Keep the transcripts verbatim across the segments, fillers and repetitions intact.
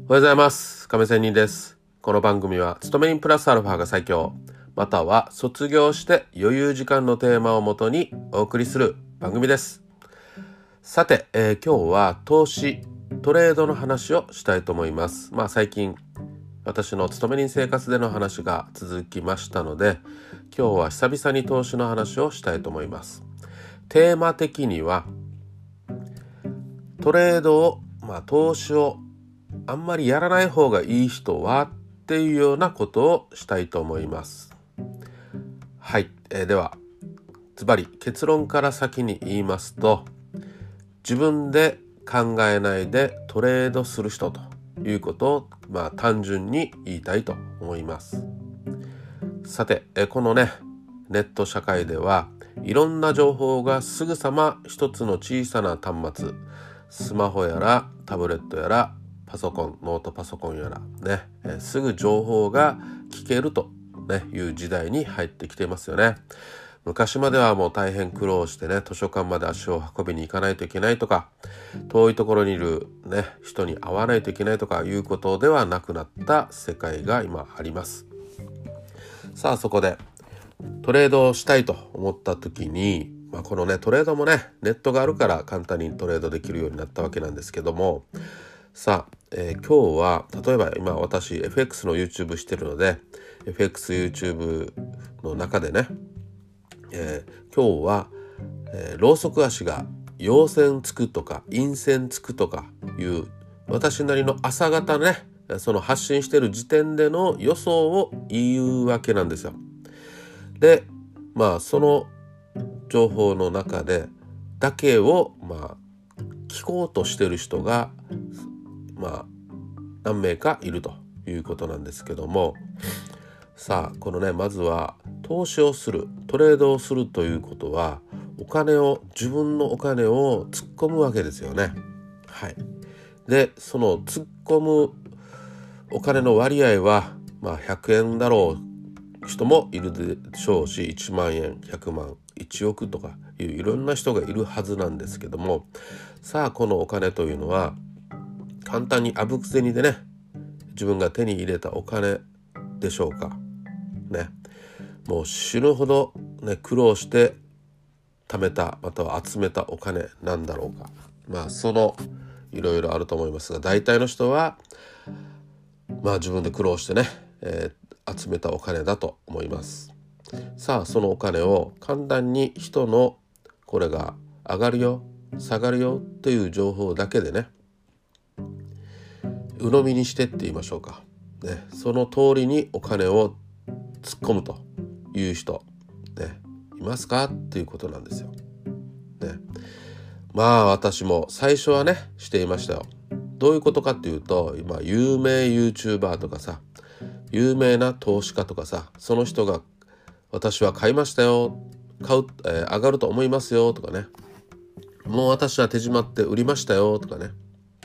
おはようございます。亀仙人です。この番組は勤め人プラスアルファが最強、または卒業して余裕時間のテーマをもとにお送りする番組です。さて、えー、今日は投資トレードの話をしたいと思います。まあ最近私の勤め人生活での話が続きましたので、今日は久々に投資の話をしたいと思います。テーマ的にはトレードを、まあ投資をあんまりやらない方がいい人はっていうようなことをしたいと思います。はい、えー、ではズバリ結論から先に言いますと、自分で考えないでトレードする人ということを、まあ単純に言いたいと思います。さて、えー、このねネット社会ではいろんな情報がすぐさま一つの小さな端末、スマホやらタブレットやらパソコン、ノートパソコンやらね、えー、すぐ情報が聞けると、ね、いう時代に入ってきていますよね。昔まではもう大変苦労してね、図書館まで足を運びに行かないといけないとか、遠いところにいるね人に会わないといけないとかいうことではなくなった世界が今あります。さあそこでトレードをしたいと思った時に、まあ、このねトレードもねネットがあるから簡単にトレードできるようになったわけなんですけども、さあ、えー、今日は例えば今私 エフエックス の YouTube してるので エフエックス YouTube の中でね、えー、今日は、えー、ロウソク足が陽線つくとか陰線つくとかいう私なりの朝方ね、その発信してる時点での予想を言うわけなんですよ。でまあその情報の中でだけをまあ聞こうとしてる人がまあ何名かいるということなんですけども、さあこのねまずは投資をするトレードをするということはお金を自分のお金を突っ込むわけですよね。はい。でその突っ込むお金の割合はまあひゃくえんだろう人もいるでしょうし、いちまんえん、ひゃくまん、いちおくとかいういろんな人がいるはずなんですけども、さあこのお金というのは簡単にあぶく銭でね自分が手に入れたお金でしょうかね。もう死ぬほど、ね、苦労して貯めたまたは集めたお金なんだろうか。まあそのいろいろあると思いますが、大体の人はまあ自分で苦労してね、えー、集めたお金だと思います。さあそのお金を簡単に人のこれが上がるよ下がるよという情報だけでね鵜呑みにしてって言いましょうか、ね、その通りにお金を突っ込むという人、ね、いますかっていうことなんですよ、ね、まあ私も最初はねしていましたよ。どういうことかっていうと、今有名 YouTuber とかさ有名な投資家とかさ、その人が私は買いましたよ、買う、えー、上がると思いますよとかね、もう私は手締まって売りましたよとかね、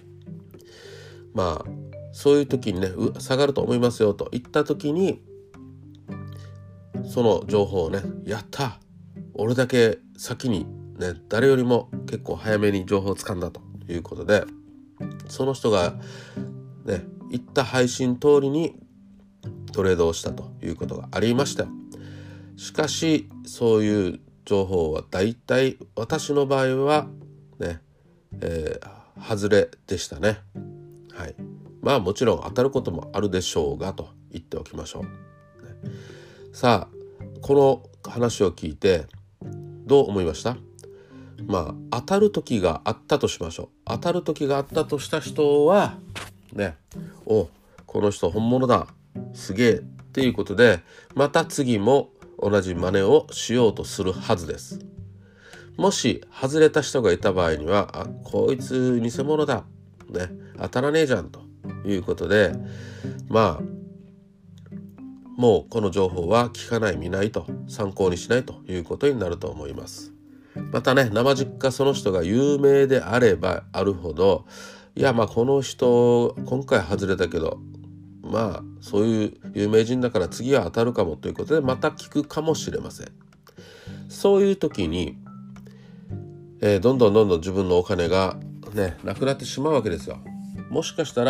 まあそういう時にね下がると思いますよと言った時にその情報をね、やった俺だけ先にね誰よりも結構早めに情報をつかんだということで、その人がね言った配信通りにトレードをしたということがありましたよ。しかしそういう情報はだいたい私の場合はね、えー、外れでしたね。はい。まあもちろん当たることもあるでしょうがと言っておきましょう、ね、さあこの話を聞いてどう思いました？まあ当たる時があったとしましょう。当たる時があったとした人はね、おこの人本物だすげえっていうことでまた次も同じ真似をしようとするはずです。もし外れた人がいた場合には、あこいつ偽物だね当たらねえじゃんということで、まあもうこの情報は聞かない見ないと参考にしないということになると思います。またね生実家その人が有名であればあるほど、いやまあこの人今回外れたけどまあそういう有名人だから次は当たるかもということでまた聞くかもしれません。そういう時に、えー、どんどんどんどん自分のお金がねなくなってしまうわけですよ。もしかしたら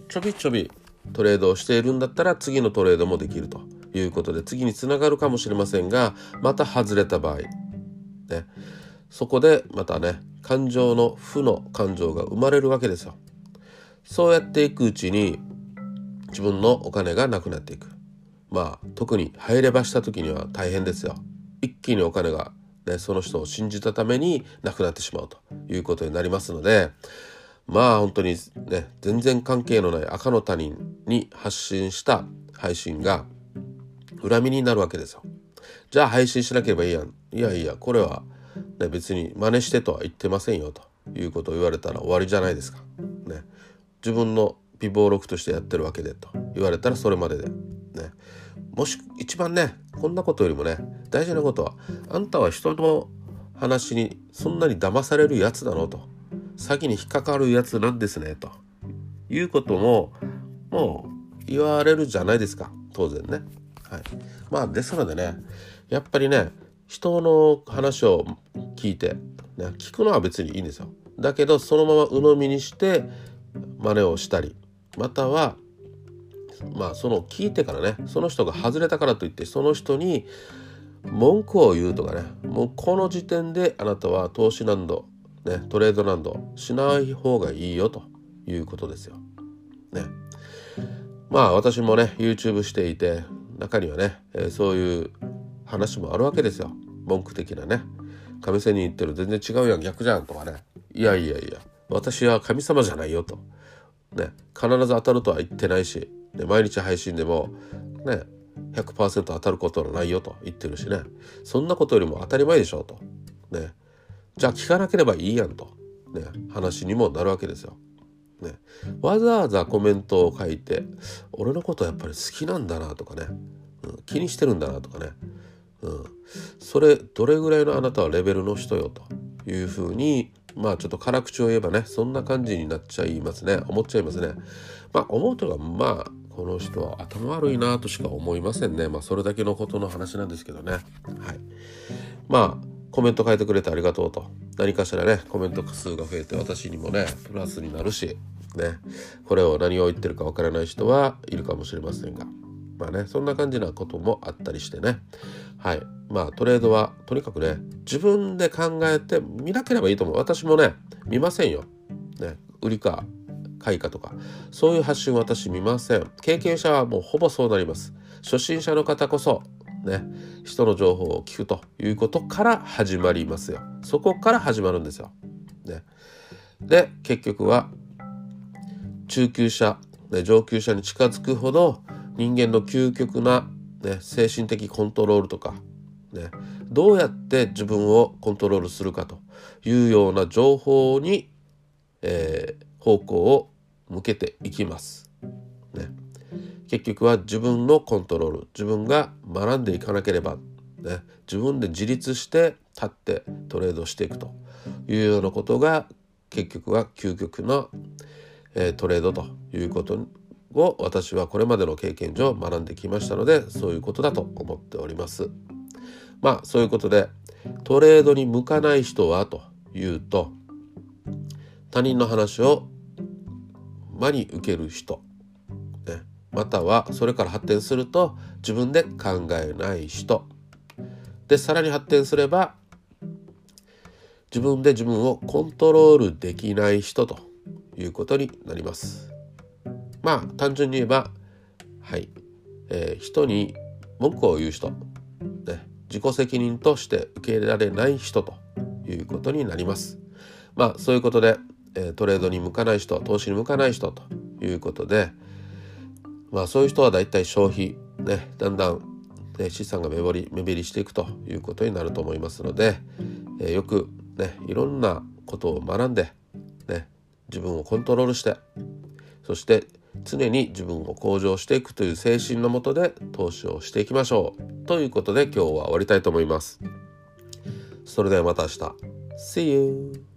ちょびちょびトレードをしているんだったら次のトレードもできるということで、次につながるかもしれませんが、また外れた場合、ね、そこでまたね、感情の負の感情が生まれるわけですよ。そうやっていくうちに自分のお金がなくなっていく。まあ特に入れ歯した時には大変ですよ。一気にお金が、ね、その人を信じたためになくなってしまうということになりますので、まあ本当にね、全然関係のない赤の他人に発信した配信が恨みになるわけですよ。じゃあ配信しなければいいやん。いやいや、これは、ね、別に真似してとは言ってませんよということを言われたら終わりじゃないですか。ね、自分の備忘録としてやってるわけでと言われたらそれまでで、ね、もし一番ね、こんなことよりもね、大事なことは、あんたは人の話にそんなに騙されるやつなのと、詐欺に引っかかるやつなんですねということももう言われるじゃないですか、当然ね。はい、まあですのでね、やっぱりね、人の話を聞いて、ね、聞くのは別にいいんですよ。だけどそのまま鵜呑みにして真似をしたり、またはまあその聞いてからね、その人が外れたからといってその人に文句を言うとかね、もうこの時点であなたは投資難度、ね、トレード難度しない方がいいよということですよ。ね、まあ私もね YouTube していて、中にはね、えー、そういう話もあるわけですよ。文句的なね、神仙に言ってる全然違うやん、逆じゃんとかね、いやいやいや、私は神様じゃないよと、ね、必ず当たるとは言ってないし、ね、毎日配信でもね ひゃくパーセント 当たることはないよと言ってるしね、そんなことよりも当たり前でしょうと、ね、じゃあ聞かなければいいやんと、ね、話にもなるわけですよ。ね、わざわざコメントを書いて、俺のことやっぱり好きなんだなとかね、うん、気にしてるんだなとかね、うん、それどれぐらいのあなたはレベルの人よというふうに、まあちょっと辛口を言えばね、そんな感じになっちゃいますね、思っちゃいますね。まあ思うとが、まあこの人は頭悪いなとしか思いませんね。まあそれだけのことの話なんですけどね。はい。まあコメント書いてくれてありがとうと、何かしらねコメント数が増えて私にもねプラスになるしね、これを何を言ってるかわからない人はいるかもしれませんが、まあね、そんな感じなこともあったりしてね。はい。まあトレードはとにかくね、自分で考えて見なければいいと思う。私もね見ませんよ。ね、売りか買いかとかそういう発信は私見ません。経験者はもうほぼそうなります。初心者の方こそね、人の情報を聞くということから始まりますよ。そこから始まるんですよ。ね、で結局は中級者、ね、上級者に近づくほど人間の究極な、ね、精神的コントロールとか、ね、どうやって自分をコントロールするかというような情報に、えー、方向を向けていきます。ね、結局は自分のコントロール、自分が学んでいかなければ、ね、自分で自立して立ってトレードしていくというようなことが結局は究極の、えー、トレードということを私はこれまでの経験上学んできましたので、そういうことだと思っております。まあそういうことで、トレードに向かない人はというと、他人の話を真に受ける人、ね、またはそれから発展すると自分で考えない人で、さらに発展すれば自分で自分をコントロールできない人ということになります。まあ単純に言えば、はい、えー、人に文句を言う人、ね、自己責任として受け入れられない人ということになります。まあそういうことで、えー、トレードに向かない人、投資に向かない人ということで、まあそういう人はだいたい消費、ね、だんだん、ね、資産が目減り目減りしていくということになると思いますので、えー、よくね、いろんなことを学んで、ね、自分をコントロールして、そして常に自分を向上していくという精神のもとで投資をしていきましょうということで、今日は終わりたいと思います。それではまた明日。See you!